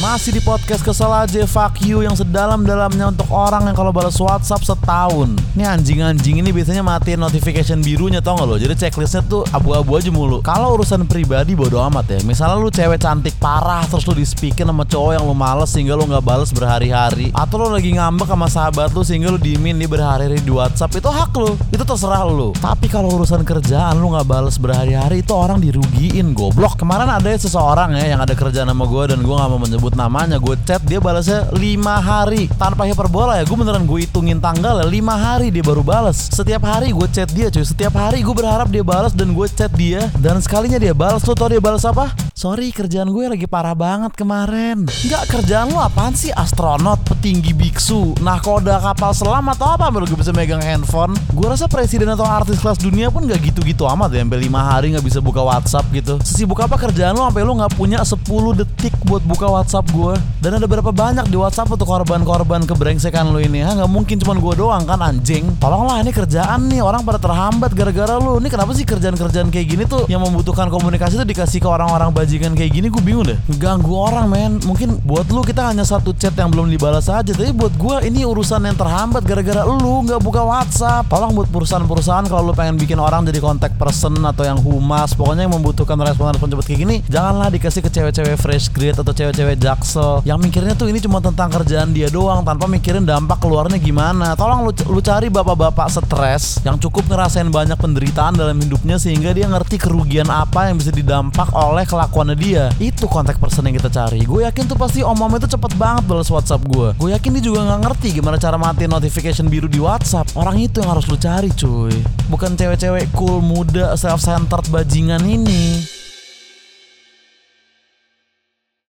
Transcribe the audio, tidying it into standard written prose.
Masih di podcast Kesel Aja Fuck You yang sedalam-dalamnya untuk orang yang kalau balas WhatsApp setahun. Ini anjing-anjing ini biasanya matiin notification birunya, tau gak lo? Jadi checklistnya tuh abu-abu aja mulu. Kalau urusan pribadi bodo amat ya. Misalnya lu cewek cantik parah terus lu di-speakin sama cowok yang lu males sehingga lu gak bales berhari-hari, atau lu lagi ngambek sama sahabat lu sehingga lu diemin dia berhari-hari di WhatsApp, itu hak lu, itu terserah lu. Tapi kalau urusan kerjaan lu gak bales berhari-hari, itu orang dirugiin, goblok. Kemarin ada seseorang ya yang ada kerjaan sama gue dan gue gak mau menyebut namanya. Gue chat dia balasnya 5 hari. Tanpa hiperbola ya, gue beneran gue hitungin tanggal ya, 5 hari dia baru balas. Setiap hari gue chat dia cuy, setiap hari gue berharap dia balas dan gue chat dia. Dan sekalinya dia balas, lu tau dia balas apa? Sorry, kerjaan gue lagi parah banget kemarin. Enggak, kerjaan lu apaan sih? Astronot, petinggi biksu, nahkoda kapal selam atau apa baru gue bisa megang handphone? Gue rasa presiden atau artis kelas dunia pun gak gitu-gitu amat ya, sampai 5 hari gak bisa buka WhatsApp gitu. Sesibuk apa kerjaan lu sampai lu gak punya 10 detik buat buka WhatsApp gue? Dan ada berapa banyak di WhatsApp untuk korban-korban kebrengsekan lu ini? Gak mungkin cuma gue doang kan, anjing. Tolonglah, ini kerjaan nih, orang pada terhambat gara-gara lu. Ini kenapa sih kerjaan-kerjaan kayak gini tuh yang membutuhkan komunikasi tuh dikasih ke orang-orang bajingan kayak gini? Gue bingung deh. Ganggu orang men. Mungkin buat lu kita hanya satu chat yang belum dibalas aja, tapi buat gue ini urusan yang terhambat gara-gara lu gak buka WhatsApp. Tolong buat perusahaan-perusahaan kalau lu pengen bikin orang jadi contact person atau yang humas, pokoknya yang membutuhkan respon-respon cepat kayak gini, janganlah dikasih ke cewek-cewek fresh grade atau cewek-cewek jaksel yang mikirnya tuh ini cuma tentang kerjaan dia doang tanpa mikirin dampak keluarnya gimana. Tolong lu cari bapak-bapak stres yang cukup ngerasain banyak penderitaan dalam hidupnya sehingga dia ngerti kerugian apa yang bisa didampak oleh kelakuannya dia. Itu contact person yang kita cari. Gue yakin tuh pasti om-om itu cepet banget balas WhatsApp gue. Gue yakin dia juga gak ngerti gimana cara matiin notification biru di WhatsApp. Orang itu yang harus lu cari cuy, bukan cewek-cewek cool, muda, self-centered bajingan ini.